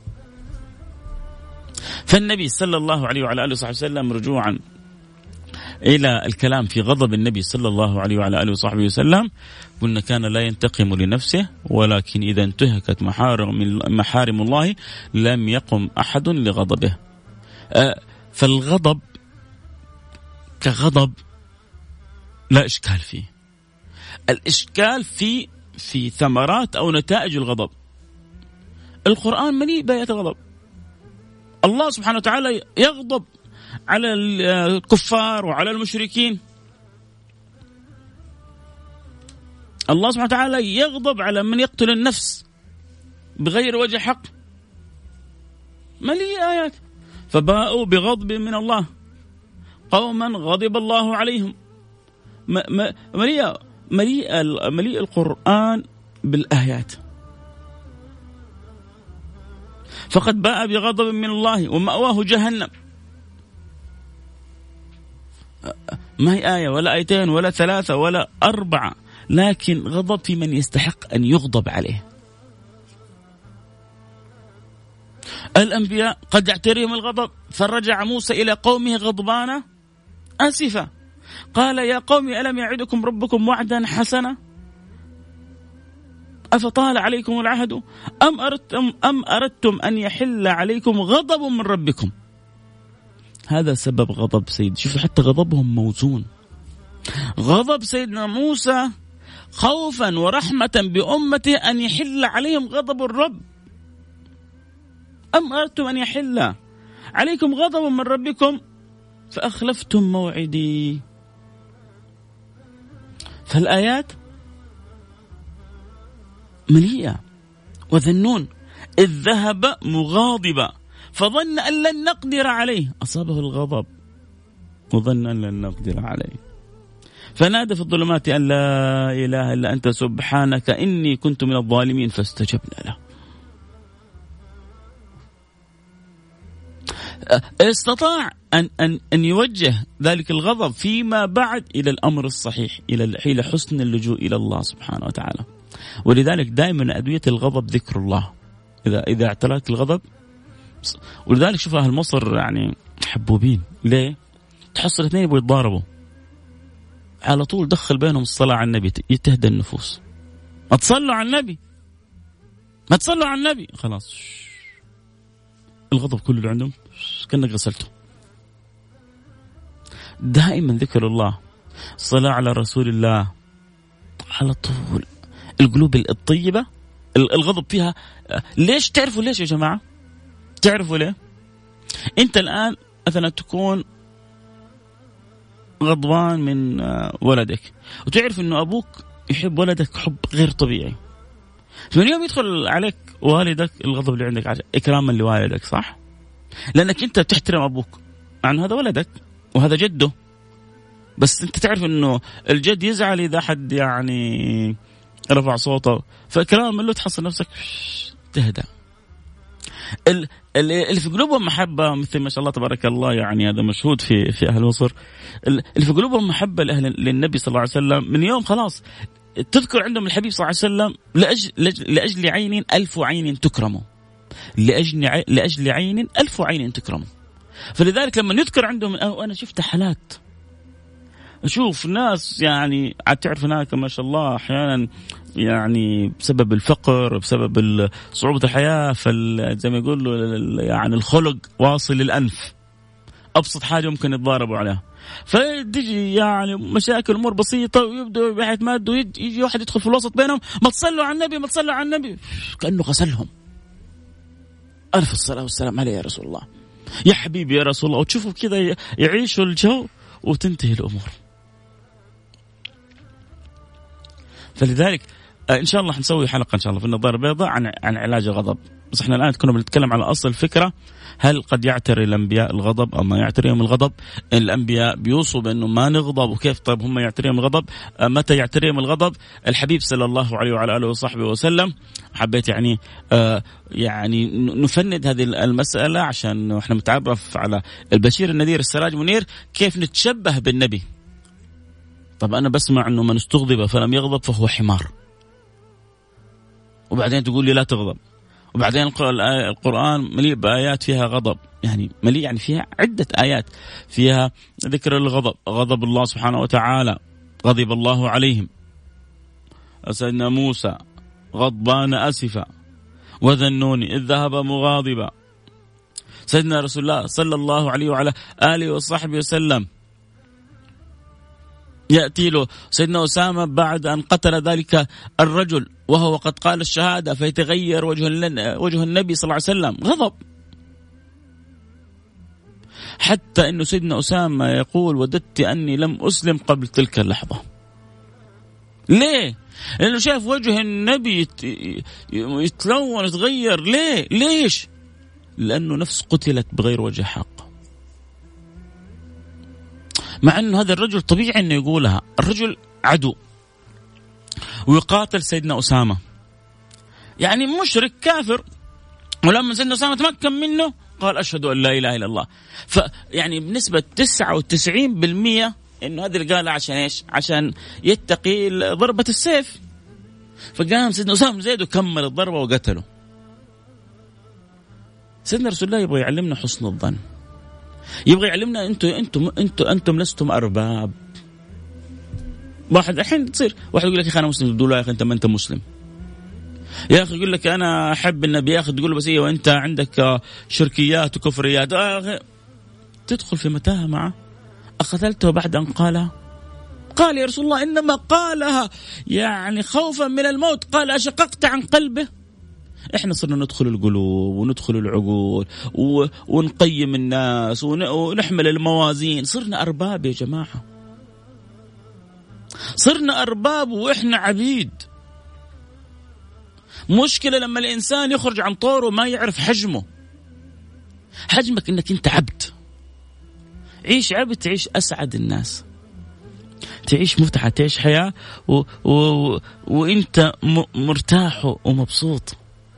فالنبي صلى الله عليه وعلى آله وصحبه وسلم، رجوعا إلى الكلام في غضب النبي صلى الله عليه وعلى آله وصحبه وسلم، قلنا كان لا ينتقم لنفسه، ولكن إذا انتهكت محارم الله لم يقم أحد لغضبه. فالغضب كغضب لا إشكال فيه، الإشكال في ثمرات أو نتائج الغضب. القرآن مليء بآيات الغضب. الله سبحانه وتعالى يغضب على الكفار وعلى المشركين. الله سبحانه وتعالى يغضب على من يقتل النفس بغير وجه حق. مليء آيات. فباءوا بغضب من الله قوما غضب الله عليهم. مليء القرآن بالآيات. فقد باء بغضب من الله ومأواه جهنم. ما هي آية ولا آيتين ولا ثلاثة ولا أربعة، لكن غضب في من يستحق أن يغضب عليه. الأنبياء قد يعتريهم الغضب، فرجع موسى إلى قومه غضبانا آسفا، قال يا قوم ألم يعدكم ربكم وعدا حسنا أفطال عليكم العهد أم أردتم أن يحل عليكم غضب من ربكم. هذا سبب غضب سيد. شوفوا حتى غضبهم موزون. غضب سيدنا موسى خوفا ورحمة بأمته أن يحل عليهم غضب الرب. أم أردتم أن يحل عليكم غضب من ربكم فأخلفتم موعدي. فالآيات مليئة. وذنون إذ ذهب مغاضبا فظن أن لن نقدر عليه أصابه الغضب وظن أن لن نقدر عليه فنادى في الظلمات أن لا إله إلا أنت سبحانك إني كنت من الظالمين فاستجبنا له. استطاع أن يوجه ذلك الغضب فيما بعد إلى الأمر الصحيح، إلى حسن اللجوء إلى الله سبحانه وتعالى. ولذلك دائما أدوية الغضب ذكر الله إذا اعتراك الغضب. ولذلك شوف أهل مصر يعني حبوبين. ليه؟ تحصل اثنين يبغوا يتضاربوا على طول دخل بينهم الصلاة على النبي يتهدى النفوس. ما تصلوا على النبي، ما تصلوا على النبي، خلاص الغضب كله اللي عندهم كأنك غسلته. دائما ذكر الله، الصلاة على رسول الله على طول. القلوب الطيبة الغضب فيها. ليش؟ تعرفوا ليش يا جماعة؟ تعرفوا ليه؟ أنت الآن مثلا تكون غضبان من ولدك وتعرف إنه أبوك يحب ولدك حب غير طبيعي، من يوم يدخل عليك والدك الغضب اللي عندك إكراما لوالدك، صح؟ لأنك أنت بتحترم أبوك، عن هذا ولدك وهذا جده، بس أنت تعرف إنه الجد يزعل إذا حد يعني رفع صوته، فإكراما له تحصل نفسك تهدى. اللي في قلوبهم محبة مثل ما شاء الله تبارك الله، يعني هذا مشهود في أهل مصر، اللي في قلوبهم محبة للنبي صلى الله عليه وسلم من يوم خلاص تذكر عندهم الحبيب صلى الله عليه وسلم لأجل عين 1000 عين تكرم، لأجل عين 1000 عين تكرم. فلذلك لما نذكر عندهم، أنا شفت حالات، أشوف ناس يعني تعرف هناك ما شاء الله أحيانا يعني بسبب الفقر بسبب صعوبة الحياة زي ما يقولوا يعني الخلق واصل للأنف، أبسط حاجة ممكن يتضاربوا عليها، فتجي يعني مشاكل أمور بسيطة ويبدأ بحيث مادة يجي واحد يدخل في الوسط بينهم، ما تصلوا على النبي، ما تصلوا على النبي، كأنه غسلهم. ألف الصلاة والسلام عليه يا رسول الله، يا حبيبي يا رسول الله، وتشوفوا كذا يعيشوا الجو وتنتهي الأمور. فلذلك إن شاء الله حنسوي حلقة إن شاء الله في النظارة البيضاء عن علاج الغضب. بس إحنا الآن كنا بنتكلم على أصل الفكرة، هل قد يعتري الأنبياء الغضب أو ما يعتريهم الغضب؟ الأنبياء بيوصوا بأنه ما نغضب، وكيف طيب هم يعتريهم الغضب؟ متى يعتريهم الغضب؟ الحبيب صلى الله عليه وعلى آله وصحبه وسلم، حبيت يعني نفند هذه المسألة عشان إحنا متعرف على البشير النذير السراج منير كيف نتشبه بالنبي. طب أنا بسمع أنه من استغضب فلم يغضب فهو حمار، وبعدين تقول لي لا تغضب، وبعدين القرآن مليء بآيات فيها غضب، يعني مليء يعني فيها عدة آيات فيها ذكر الغضب، غضب الله سبحانه وتعالى، غضب الله عليهم، سيدنا موسى غضبان أسفا وذا النون إذ ذهب مغاضبا، سيدنا رسول الله صلى الله عليه وعلى آله وصحبه وسلم يأتي له سيدنا أسامة بعد أن قتل ذلك الرجل وهو قد قال الشهادة، فيتغير وجه النبي صلى الله عليه وسلم غضب، حتى أنه سيدنا أسامة يقول وددت أني لم أسلم قبل تلك اللحظة. ليه؟ لأنه شاف وجه النبي يتلون يتغير. ليش؟ لأنه نفس قتلت بغير وجه حق، مع أنه هذا الرجل طبيعي أنه يقولها، الرجل عدو ويقاتل سيدنا أسامة، يعني مشرك كافر، ولما سيدنا أسامة تمكن منه قال أشهد أن لا إله إلا الله. فيعني بنسبة 99% إنه هذا اللي قاله عشان إيش؟ عشان يتقي ضربة السيف. فقام سيدنا أسامة زيد وكمل الضربة وقتله. سيدنا رسول الله يبغى يعلمنا حسن الظن، يبغى يعلمنا أنتم لستم أرباب. واحد الحين تصير واحد يقول لك يا أخي أنا مسلم، تقول له يا أخي أنت ما أنت مسلم. يا أخي يقول لك أنا أحب النبي، يا أخي تقول له بس إيه وأنت عندك شركيات وكفريات. تدخل في متاهة معه. أقتلته بعد أن قالها؟ قال يا رسول الله إنما قالها يعني خوفا من الموت. قال أشققت عن قلبه؟ إحنا صرنا ندخل القلوب وندخل العقول ونقيم الناس ونحمل الموازين. صرنا أرباب يا جماعة، صرنا أرباب وإحنا عبيد. مشكلة لما الإنسان يخرج عن طوره ما يعرف حجمه. حجمك إنك أنت عبد. عيش عبد تعيش أسعد الناس، تعيش متعة، تعيش حياة وإنت مرتاح ومبسوط.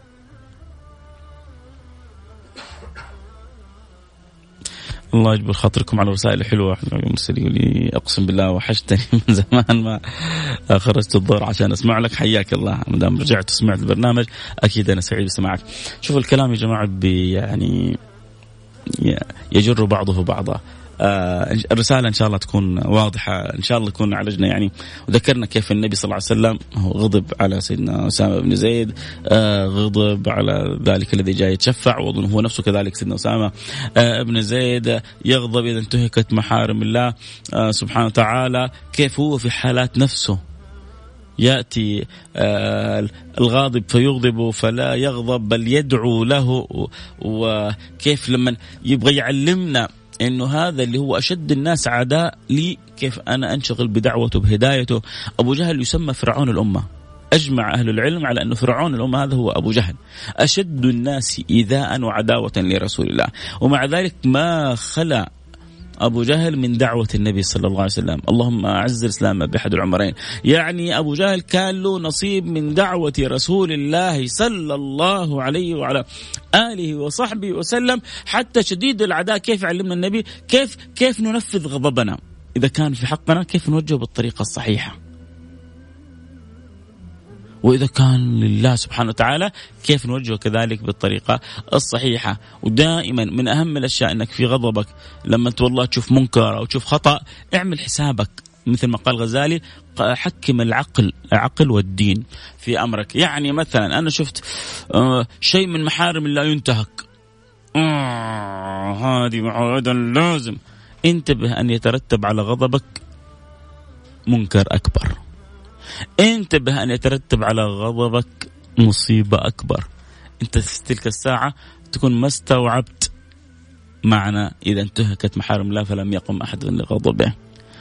الله يجبر خاطركم على الرسائل الحلوة. مرسل لي أقسم بالله وحشتني من زمان ما خرجت الظهر عشان أسمع لك. حياك الله مدام رجعت وسمعت البرنامج، أكيد أنا سعيد بسماعك. شوفوا الكلام يا جماعة يعني يجر بعضه بعضا. الرسالة إن شاء الله تكون واضحة، إن شاء الله يكون عالجنا يعني. وذكرنا كيف النبي صلى الله عليه وسلم هو غضب على سيدنا أسامة بن زيد، غضب على ذلك الذي جاي يتشفع، وأظن هو نفسه كذلك سيدنا أسامة بن زيد يغضب إذا انتهكت محارم الله سبحانه وتعالى. كيف هو في حالات نفسه يأتي الغاضب فيغضب فلا يغضب بل يدعو له. وكيف لما يبغى يعلمنا إنه هذا اللي هو أشد الناس عداء لي كيف أنا أنشغل بدعوته بهدايته. أبو جهل يسمى فرعون الأمة، أجمع أهل العلم على أنه فرعون الأمة هذا هو أبو جهل، أشد الناس إيذاء وعداوة لرسول الله. ومع ذلك ما خلا أبو جهل من دعوة النبي صلى الله عليه وسلم، اللهم أعز الإسلام بأحد العمرين. يعني أبو جهل كان له نصيب من دعوة رسول الله صلى الله عليه وعلى آله وصحبه وسلم. حتى شديد العداء كيف علمنا النبي كيف ننفذ غضبنا إذا كان في حقنا، كيف نوجهه بالطريقة الصحيحة، وإذا كان لله سبحانه وتعالى كيف نوجهه كذلك بالطريقة الصحيحة. ودائما من أهم الأشياء أنك في غضبك لما أنت والله تشوف منكر أو تشوف خطأ اعمل حسابك، مثل ما قال غزالي حكم العقل والدين في أمرك. يعني مثلا أنا شفت شيء من محارم الله ينتهك، هذه معودا لازم انتبه أن يترتب على غضبك منكر أكبر، انتبه أن يترتب على غضبك مصيبة أكبر. أنت في تلك الساعة تكون ما استوعبت معنى إذا انتهكت محارم الله فلم يقم أحد لغضبه.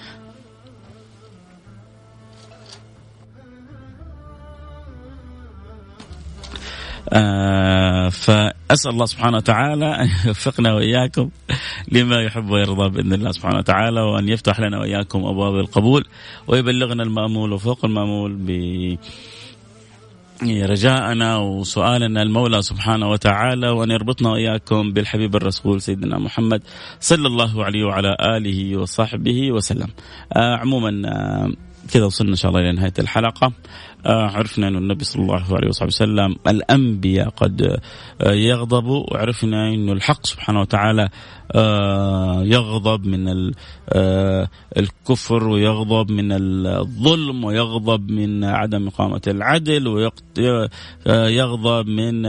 فأسأل الله سبحانه وتعالى أن يوفقنا وإياكم لما يحب ويرضى بإذن الله سبحانه وتعالى، وأن يفتح لنا وإياكم أبواب القبول ويبلغنا المأمول وفوق المأمول برجاءنا وسؤالنا المولى سبحانه وتعالى، وأن يربطنا وإياكم بالحبيب الرسول سيدنا محمد صلى الله عليه وعلى آله وصحبه وسلم. عموما كذا وصلنا إن شاء الله إلى نهاية الحلقة. عرفنا أن النبي صلى الله عليه وسلم الأنبياء قد يغضبوا، وعرفنا أن الحق سبحانه وتعالى يغضب من الكفر، ويغضب من الظلم، ويغضب من عدم إقامة العدل، ويغضب من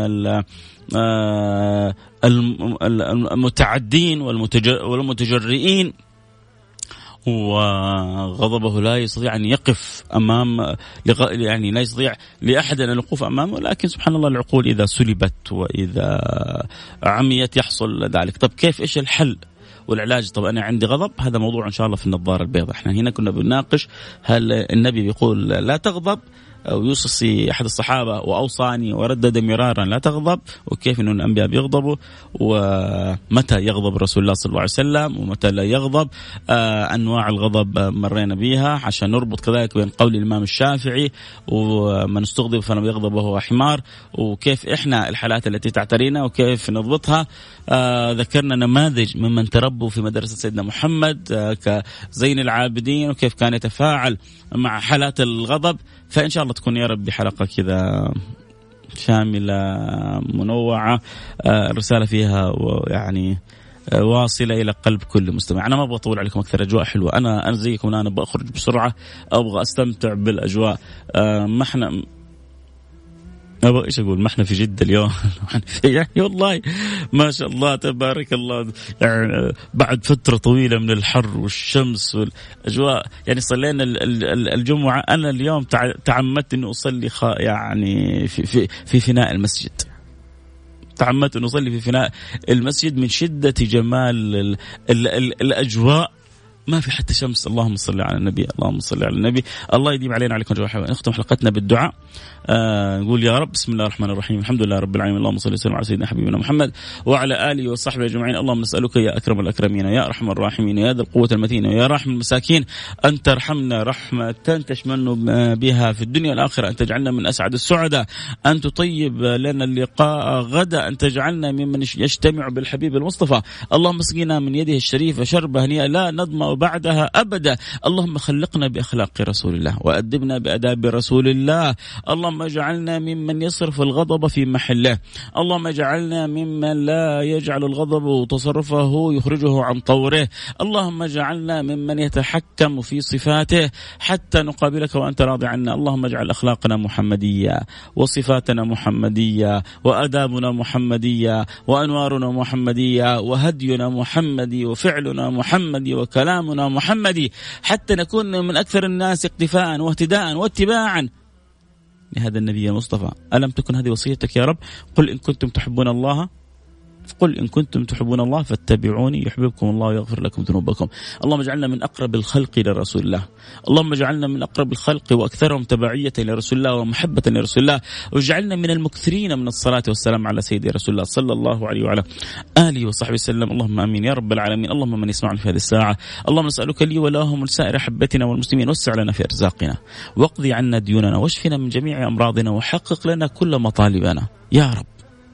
المتعدين والمتجرئين. وغضبه لا يستطيع أن يقف أمام، يعني لا يستطيع لأحد أن الوقوف أمامه، لكن سبحان الله العقول إذا سلبت وإذا عميت يحصل ذلك. طب كيف إيش الحل والعلاج؟ طب أنا عندي غضب، هذا موضوع إن شاء الله في النظارة البيضاء. إحنا هنا كنا بنناقش هل النبي بيقول لا تغضب، أو يوصي أحد الصحابة وأوصاني وردد مرارا لا تغضب، وكيف أن الأنبياء بيغضبوا، ومتى يغضب رسول الله صلى الله عليه وسلم ومتى لا يغضب. أنواع الغضب مرينا بها عشان نربط كذلك بين قول الإمام الشافعي ومن استغضب فأنا بيغضب وهو حمار، وكيف إحنا الحالات التي تعترينا وكيف نضبطها. ذكرنا نماذج ممن تربوا في مدرسة سيدنا محمد كزين العابدين، وكيف كان يتفاعل مع حالات الغضب. فإن شاء الله تكون يا رب حلقة كذا شاملة منوعة، الرسالة فيها يعني واصلة إلى قلب كل مستمع. أنا ما أبغى أطول عليكم أكثر، أجواء حلوة. أنا زيكم، أنا بخرج بسرعة، أبغى أستمتع بالأجواء. ما إحنا أبغى إيش أقول، ما إحنا في جدة اليوم يعني والله ما شاء الله تبارك الله، يعني بعد فترة طويلة من الحر والشمس والأجواء. يعني صلينا الجمعة، أنا اليوم تعمدت إني أصلي يعني في فناء المسجد، تعمدت أن أصلي في فناء المسجد من شدة جمال الأجواء ما في حتى شمس. اللهم صل على النبي، اللهم صل على النبي. الله يديم علينا عليكم جميعا. نختم حلقتنا بالدعاء. نقول يا رب بسم الله الرحمن الرحيم الحمد لله رب العالمين اللهم صل وسلم على سيدنا حبيبنا محمد وعلى آله وصحبه أجمعين. اللهم نسألك يا أكرم الأكرمين يا أرحم الراحمين يا ذا القوة المتين يا راحم المساكين أن ترحمنا رحمة تشمل بها في الدنيا والآخرة، أن تجعلنا من أسعد السعداء، أن تطيب لنا اللقاء غدا، أن تجعلنا ممن يجتمع بالحبيب المصطفى. اللهم اسقنا من يده الشريفة شربة هنيئة لا نظمأ بعدها أبدا. اللهم خلقنا بأخلاق رسول الله وأدبنا بأداب رسول الله. اللهم اجعلنا ممن يصرف الغضب في محله. اللهم اجعلنا ممن لا يجعل الغضب وتصرفه يخرجه عن طوره. اللهم اجعلنا ممن يتحكم في صفاته حتى نقابلك وأنت راضي عنا. اللهم اجعل أخلاقنا محمدية وصفاتنا محمدية وأدابنا محمدية وأنوارنا محمدية وهدينا محمدي وفعلنا محمدي وكلامنا محمدي حتى نكون من أكثر الناس اقتفاء واهتداء واتباعا لهذا النبي المصطفى. ألم تكن هذه وصيتك يا رب؟ قل إن كنتم تحبون الله قل إن كنتم تحبون الله فاتبعوني يحببكم الله ويغفر لكم ذنوبكم. اللهم اجعلنا من أقرب الخلق إلى رسول الله. اللهم اجعلنا من أقرب الخلق وأكثرهم تبعية إلى رسول الله ومحبة لرسول الله. واجعلنا من المكثرين من الصلاة والسلام على سيدي رسول الله صلى الله عليه وعلى آله وصحبه وسلم. اللهم آمين يا رب العالمين. اللهم من يسمعنا في هذه الساعة اللهم نسألك لي ولهم ولسائر أحبتنا والمسلمين وسع لنا في أرزاقنا واقضي عنا ديوننا واشفنا من جميع أمراضنا وحقق لنا كل مطالبنا يا رب.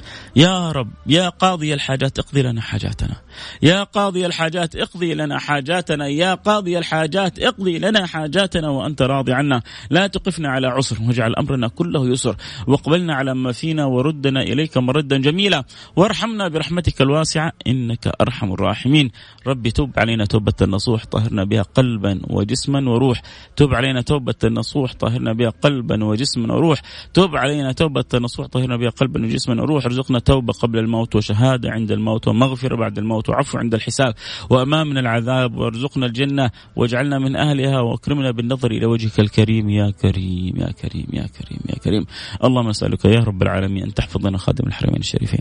يا رب يا قاضي الحاجات اقضي لنا حاجاتنا. يا قاضي الحاجات اقضي لنا حاجاتنا. يا قاضي الحاجات اقضي لنا حاجاتنا وأنت راضي عنا. لا تقفنا على عسر واجعل أمرنا كله يسر واقبلنا على ما فينا وردنا إليك مردا جميلا وارحمنا برحمتك الواسعة إنك أرحم الراحمين. ربي توب علينا توبة النصوح طهرنا بها قلبا وجسما وروح. توب علينا توبة النصوح طهرنا بها قلبا وجسما وروح. توب علينا توبة النصوح طهرنا بها قلبا وجسما وروح. ارزقنا توبة قبل الموت وشهادة عند الموت ومغفرة بعد الموت وعفو عند الحساب وأمامنا العذاب وارزقنا الجنة واجعلنا من أهلها واكرمنا بالنظر إلى وجهك الكريم يا كريم يا كريم يا كريم يا كريم. اللهم نسألك يا رب العالمين أن تحفظ لنا خادم الحرمين الشريفين،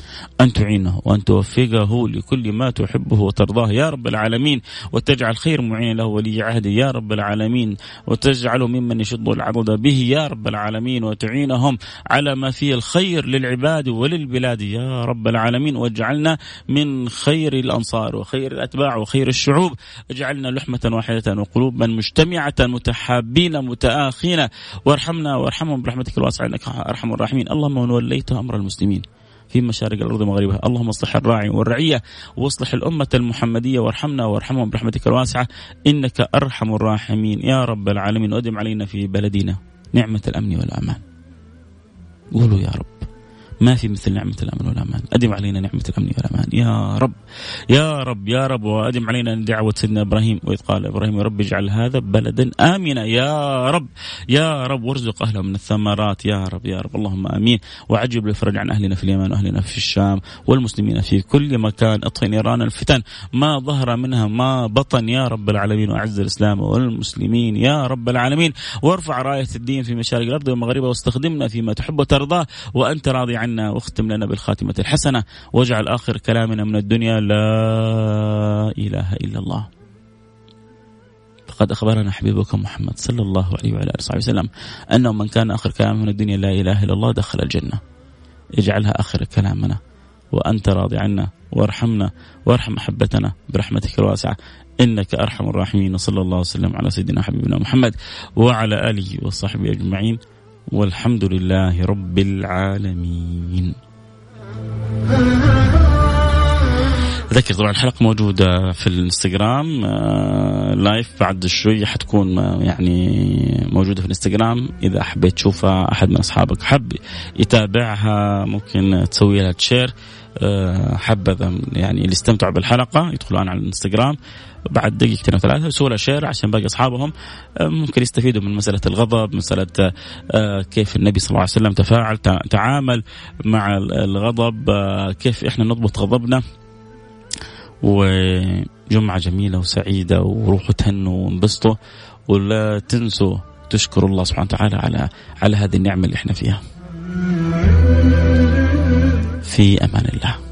أن تعينه وأن توفقه لكل ما تحبه وترضاه يا رب العالمين وتجعل خير معين له ولي عهده يا رب العالمين وتجعله ممن يشد العضد به يا رب العالمين وتعينهم على ما فيه الخير للعباد وللبلاد يا رب العالمين. واجعلنا من خير الأنصار وخير الأتباع وخير الشعوب. اجعلنا لحمة واحدة وقلوبا مجتمعة متحابين متآخين وارحمنا وارحمهم برحمتك الواسعة إنك أرحم الراحمين. اللهم من وليت أمر المسلمين في مشارق الأرض ومغاربها اللهم اصلح الراعي والرعية واصلح الأمة المحمدية وارحمنا وارحمهم برحمتك الواسعة إنك أرحم الراحمين يا رب العالمين. وأدم علينا في بلدنا نعمة الأمن والأمان. قولوا يا رب ما في مثل نعمة الأمن والأمان. أدم علينا نعمة الأمن والأمان يا رب يا رب يا رب. وأدم علينا دعوة سيدنا إبراهيم وإذ قال إبراهيم يا رب اجعل هذا بلدا آمنا يا رب يا رب وارزق أهله من الثمرات يا رب يا رب. اللهم آمين. وعجب الفرج عن أهلنا في اليمن وأهلنا في الشام والمسلمين في كل مكان. اطفئ نيران الفتن ما ظهر منها ما بطن يا رب العالمين. وأعز الإسلام والمسلمين يا رب العالمين. وارفع راية الدين في مشارق الأرض ومغربها واستخدمنا فيما تحب وترضاه وأنت راضي عنا. واختم لنا بالخاتمة الحسنة واجعل آخر كلامنا من الدنيا لا إله إلا الله. فقد أخبرنا حبيبك محمد صلى الله عليه وعلى آله وسلم أنه من كان آخر كلامه من الدنيا لا إله إلا الله دخل الجنة. اجعلها آخر كلامنا وأنت راضي عنا وارحمنا وارحم أحبتنا برحمتك الواسعة إنك أرحم الراحمين. صلى الله وسلم على سيدنا حبيبنا محمد وعلى آله وصحبه أجمعين والحمد لله رب العالمين. ذكر طبعا الحلقة موجودة في الانستغرام لايف بعد شوية حتكون يعني موجودة في الانستغرام. إذا حبيت تشوفها أحد من أصحابك حب يتابعها ممكن تسوي لها تشير. حبذا يعني اللي استمتعوا بالحلقة يدخلوا على الانستغرام بعد دقيقتين أو ثلاثة يسووا لها شير عشان باقي أصحابهم ممكن يستفيدوا من مسألة الغضب، مسألة كيف النبي صلى الله عليه وسلم تفاعل تعامل مع الغضب، كيف إحنا نضبط غضبنا. وجمعة جميلة وسعيدة وروحوا تهنوا وانبسطوا ولا تنسوا تشكروا الله سبحانه وتعالى على هذه النعمة اللي إحنا فيها. في أمان الله.